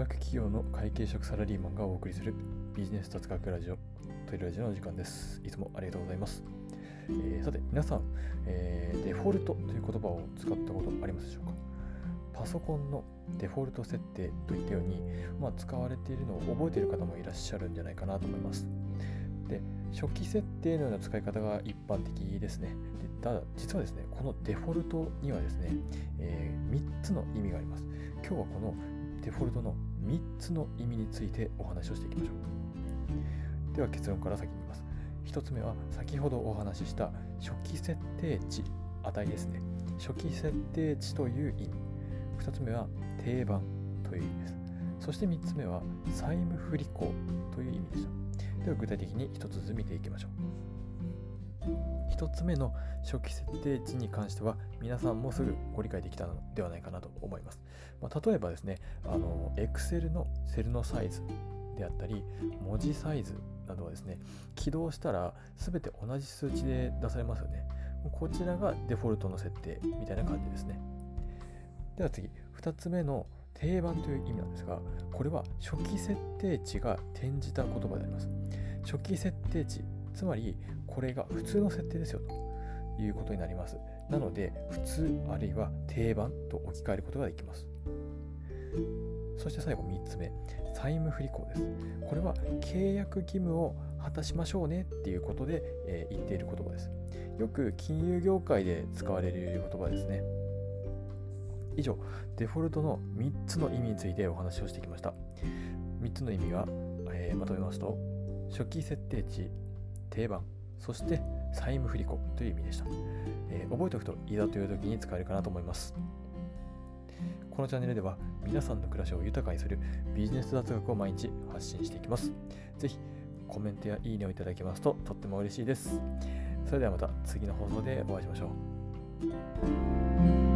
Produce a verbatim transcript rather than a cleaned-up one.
学企業の会計職サラリーマンがお送りするビジネス雑学ラジオというラジオの時間です。いつもありがとうございます。えー、さて皆さん、えー、デフォルトという言葉を使ったことありますでしょうか。パソコンのデフォルト設定といったように、まあ、使われているのを覚えている方もいらっしゃるんじゃないかなと思います。で、初期設定のような使い方が一般的ですね。でただ実はですね、このデフォルトにはですね、えー、みっつの意味があります。今日はこのデフォルトのみっつの意味についてお話をしていきましょう。では結論から先に言います。ひとつめは先ほどお話しした初期設定値、値ですね。初期設定値という意味。ふたつめは定番という意味です。そしてみっつめは債務不履行という意味でした。では具体的にひとつずつ見ていきましょう。ひとつめの初期設定値に関しては皆さんもすぐご理解できたのではないかなと思います。まあ、例えばですね、あの Excel のセルのサイズであったり文字サイズなどはですね、起動したら全て同じ数値で出されますよね。こちらがデフォルトの設定みたいな感じですね。では次、ふたつめの定番という意味なんですが、これは初期設定値が転じた言葉であります。初期設定値、つまりこれが普通の設定ですよということになります。なので普通あるいは定番と置き換えることができます。そして最後みっつめ、債務不履行です。これは契約義務を果たしましょうねっていうことで、えー、言っている言葉です。よく金融業界で使われる言葉ですね。以上、デフォルトのみっつの意味についてお話をしてきました。みっつの意味は、えー、まとめますと、初期設定値、定番、そして債務不履行という意味でした。えー、覚えておくといざという時に使えるかなと思います。このチャンネルでは皆さんの暮らしを豊かにするビジネス雑学を毎日発信していきます。ぜひコメントやいいねをいただけますととっても嬉しいです。それではまた次の放送でお会いしましょう。